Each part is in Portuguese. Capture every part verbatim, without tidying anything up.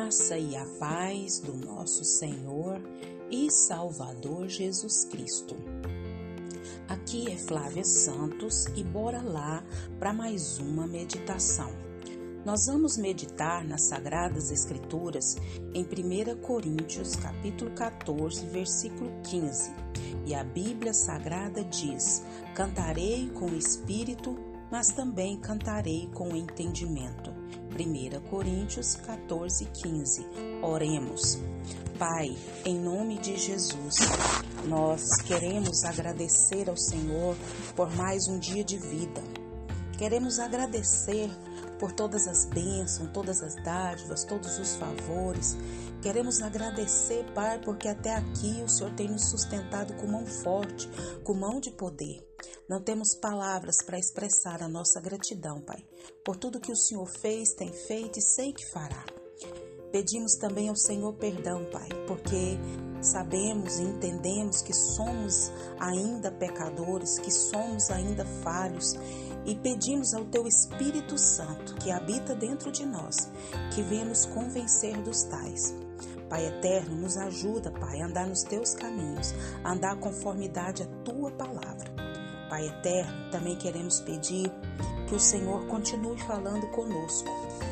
graça e a paz do nosso Senhor e Salvador Jesus Cristo. Aqui é Flávia Santos e bora lá para mais uma meditação. Nós vamos meditar nas Sagradas Escrituras em primeira Coríntios, capítulo quatorze, versículo quinze. E a Bíblia Sagrada diz: cantarei com o Espírito, mas também cantarei com o entendimento. primeira Coríntios quatorze, quinze. Oremos. Pai, em nome de Jesus, nós queremos agradecer ao Senhor por mais um dia de vida. Queremos agradecer por todas as bênçãos, todas as dádivas, todos os favores. Queremos agradecer, Pai, porque até aqui o Senhor tem nos sustentado com mão forte, com mão de poder. Não temos palavras para expressar a nossa gratidão, Pai, por tudo que o Senhor fez, tem feito e sei que fará. Pedimos também ao Senhor perdão, Pai, porque sabemos e entendemos que somos ainda pecadores, que somos ainda falhos, e pedimos ao Teu Espírito Santo, que habita dentro de nós, que venha nos convencer dos tais. Pai eterno, nos ajuda, Pai, a andar nos Teus caminhos, a andar conformidade à Tua palavra. Pai eterno, também queremos pedir que o Senhor continue falando conosco,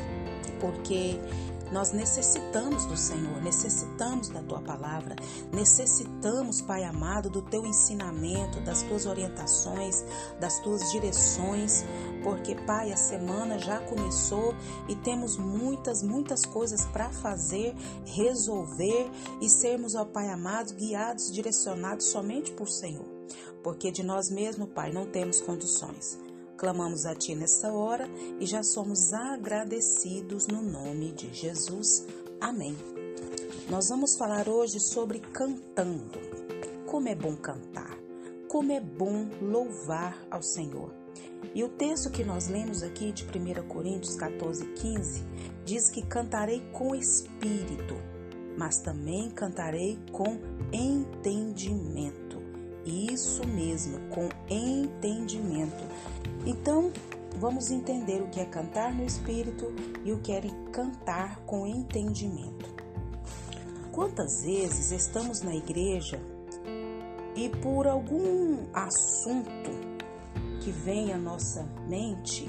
porque nós necessitamos do Senhor, necessitamos da Tua palavra, necessitamos, Pai amado, do Teu ensinamento, das Tuas orientações, das Tuas direções, porque, Pai, a semana já começou e temos muitas, muitas coisas para fazer, resolver e sermos, ó Pai amado, guiados, direcionados somente por Senhor, porque de nós mesmos, Pai, não temos condições. Clamamos a Ti nessa hora e já somos agradecidos no nome de Jesus. Amém. Nós vamos falar hoje sobre cantando. Como é bom cantar, como é bom louvar ao Senhor. E o texto que nós lemos aqui de primeira Coríntios quatorze, quinze diz que cantarei com espírito, mas também cantarei com entendimento. Isso mesmo, com entendimento. Então, vamos entender o que é cantar no Espírito e o que é cantar com entendimento. Quantas vezes estamos na igreja e por algum assunto que vem à nossa mente,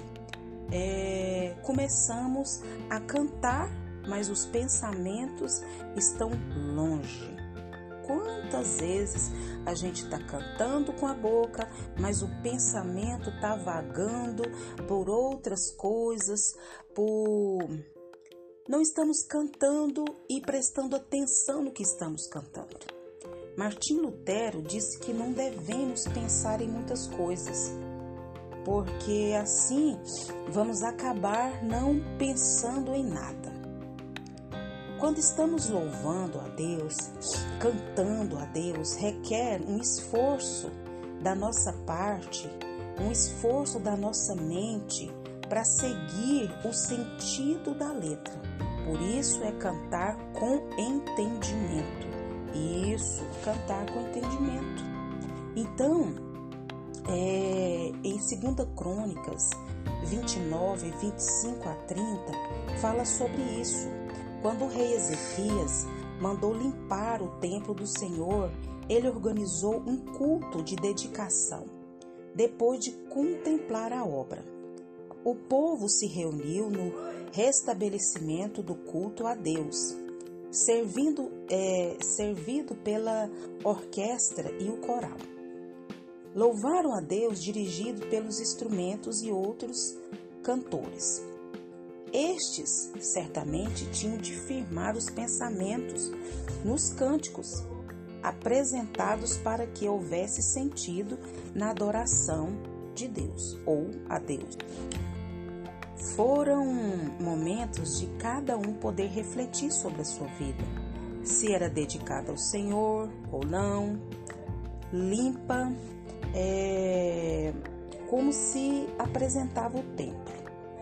é, começamos a cantar, mas os pensamentos estão longe. Quantas vezes a gente está cantando com a boca, mas o pensamento está vagando por outras coisas, por... não estamos cantando e prestando atenção no que estamos cantando. Martim Lutero disse que não devemos pensar em muitas coisas, porque assim vamos acabar não pensando em nada. Quando estamos louvando a Deus, cantando a Deus, requer um esforço da nossa parte, um esforço da nossa mente para seguir o sentido da letra. Por isso é cantar com entendimento. Isso, cantar com entendimento. Então, é, em segunda Crônicas vinte e nove, vinte e cinco a trinta, fala sobre isso. Quando o rei Ezequias mandou limpar o templo do Senhor, ele organizou um culto de dedicação, depois de contemplar a obra. O povo se reuniu no restabelecimento do culto a Deus, servindo, é, servido pela orquestra e o coral. Louvaram a Deus dirigido pelos instrumentos e outros cantores. Estes, certamente, tinham de firmar os pensamentos nos cânticos apresentados para que houvesse sentido na adoração de Deus ou a Deus. Foram momentos de cada um poder refletir sobre a sua vida, se era dedicada ao Senhor ou não, limpa, é, como se apresentava o templo.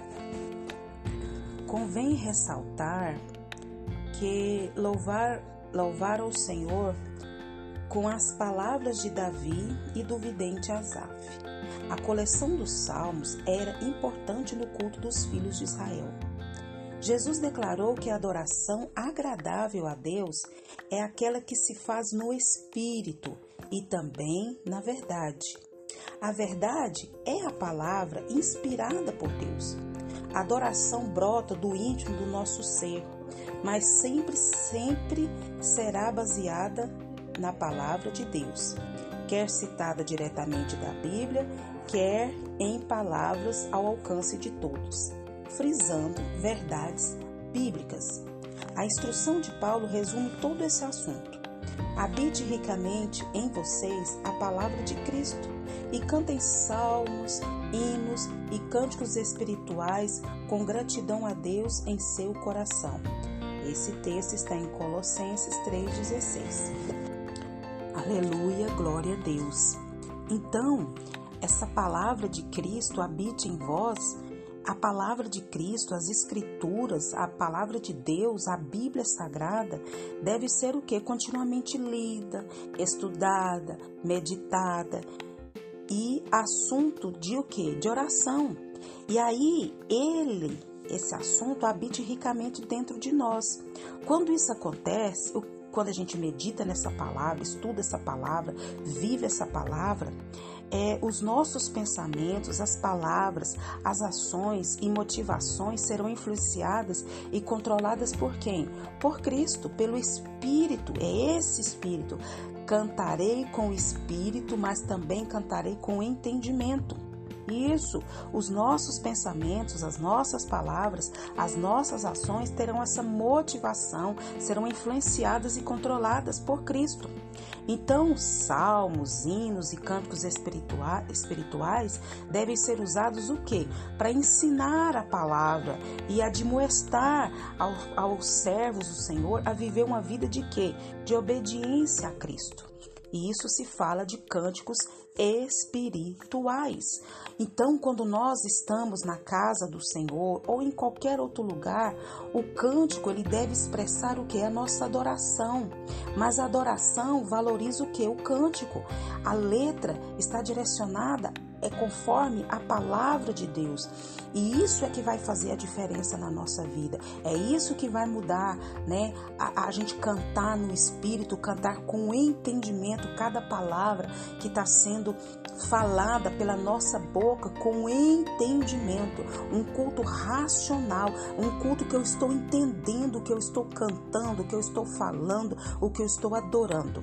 Convém ressaltar que louvar, louvar ao Senhor com as palavras de Davi e do vidente Asaf. A coleção dos salmos era importante no culto dos filhos de Israel. Jesus declarou que a adoração agradável a Deus é aquela que se faz no Espírito e também na verdade. A verdade é a palavra inspirada por Deus. A adoração brota do íntimo do nosso ser, mas sempre, sempre será baseada na palavra de Deus, quer citada diretamente da Bíblia, quer em palavras ao alcance de todos, frisando verdades bíblicas. A instrução de Paulo resume todo esse assunto. Habite ricamente em vocês a palavra de Cristo e cantem salmos, hinos e cânticos espirituais com gratidão a Deus em seu coração. Esse texto está em Colossenses três, dezesseis. Aleluia, glória a Deus. Então, essa palavra de Cristo habite em vós. A palavra de Cristo, as Escrituras, a palavra de Deus, a Bíblia Sagrada, deve ser o quê? Continuamente lida, estudada, meditada e assunto de o quê? De oração. E aí, ele, esse assunto, habite ricamente dentro de nós. Quando isso acontece, quando a gente medita nessa palavra, estuda essa palavra, vive essa palavra, É, os nossos pensamentos, as palavras, as ações e motivações serão influenciadas e controladas por quem? Por Cristo, pelo Espírito. É esse Espírito. Cantarei com o Espírito, mas também cantarei com entendimento. Isso, os nossos pensamentos, as nossas palavras, as nossas ações terão essa motivação, serão influenciadas e controladas por Cristo. Então, salmos, hinos e cânticos espirituais devem ser usados o quê? Para ensinar a palavra e admoestar ao, aos servos do Senhor a viver uma vida de quê? De obediência a Cristo. E isso se fala de cânticos espirituais. Então, quando nós estamos na casa do Senhor ou em qualquer outro lugar, o cântico ele deve expressar o que é a nossa adoração. Mas a adoração valoriza o que? O cântico. A letra está direcionada é conforme a palavra de Deus. E isso é que vai fazer a diferença na nossa vida. É isso que vai mudar, né? A, a gente cantar no Espírito, cantar com entendimento cada palavra que está sendo falada pela nossa boca com entendimento. Um culto racional, um culto que eu estou entendendo o que eu estou cantando, o que eu estou falando, o que eu estou adorando.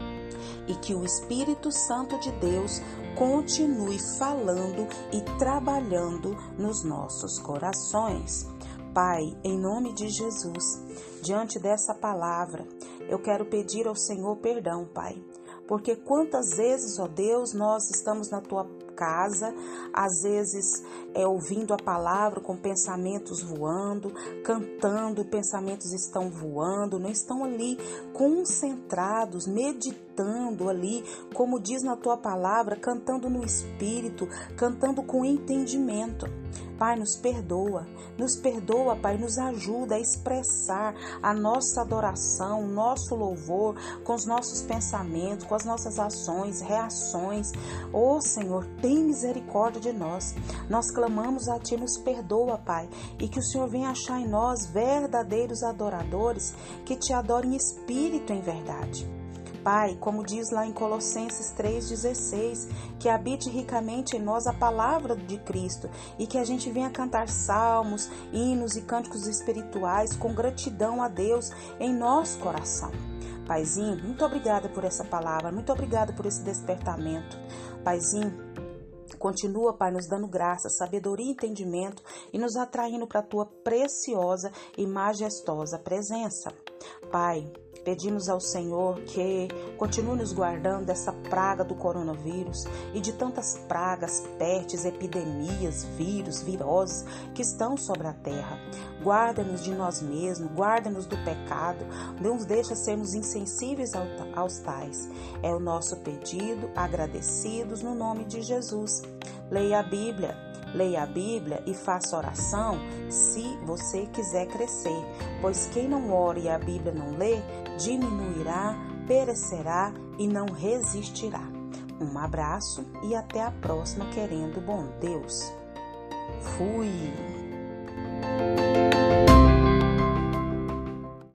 E que o Espírito Santo de Deus continue falando e trabalhando nos nossos corações. Pai, em nome de Jesus, diante dessa palavra, eu quero pedir ao Senhor perdão, Pai, porque quantas vezes, ó Deus, nós estamos na Tua casa, às vezes é ouvindo a palavra com pensamentos voando, cantando, pensamentos estão voando, não estão ali concentrados, meditando ali, como diz na Tua palavra, cantando no Espírito, cantando com entendimento. Pai, nos perdoa, nos perdoa, Pai, nos ajuda a expressar a nossa adoração, o nosso louvor com os nossos pensamentos, com as nossas ações, reações. Ó Senhor, tem misericórdia de nós. Nós clamamos a Ti, nos perdoa, Pai, e que o Senhor venha achar em nós verdadeiros adoradores que Te adorem em espírito e em verdade. Pai, como diz lá em Colossenses três, dezesseis, que habite ricamente em nós a palavra de Cristo e que a gente venha cantar salmos, hinos e cânticos espirituais com gratidão a Deus em nosso coração. Paizinho, muito obrigada por essa palavra, muito obrigada por esse despertamento. Paizinho, continua, Pai, nos dando graça, sabedoria e entendimento e nos atraindo para a Tua preciosa e majestosa presença. Pai, pedimos ao Senhor que continue nos guardando dessa praga do coronavírus e de tantas pragas, pestes, epidemias, vírus, viroses que estão sobre a terra. Guarda-nos de nós mesmos, guarda-nos do pecado, não nos deixa sermos insensíveis aos tais. É o nosso pedido, agradecidos no nome de Jesus. Leia a Bíblia. Leia a Bíblia e faça oração se você quiser crescer, pois quem não ora e a Bíblia não lê, diminuirá, perecerá e não resistirá. Um abraço e até a próxima, querendo bom Deus. Fui!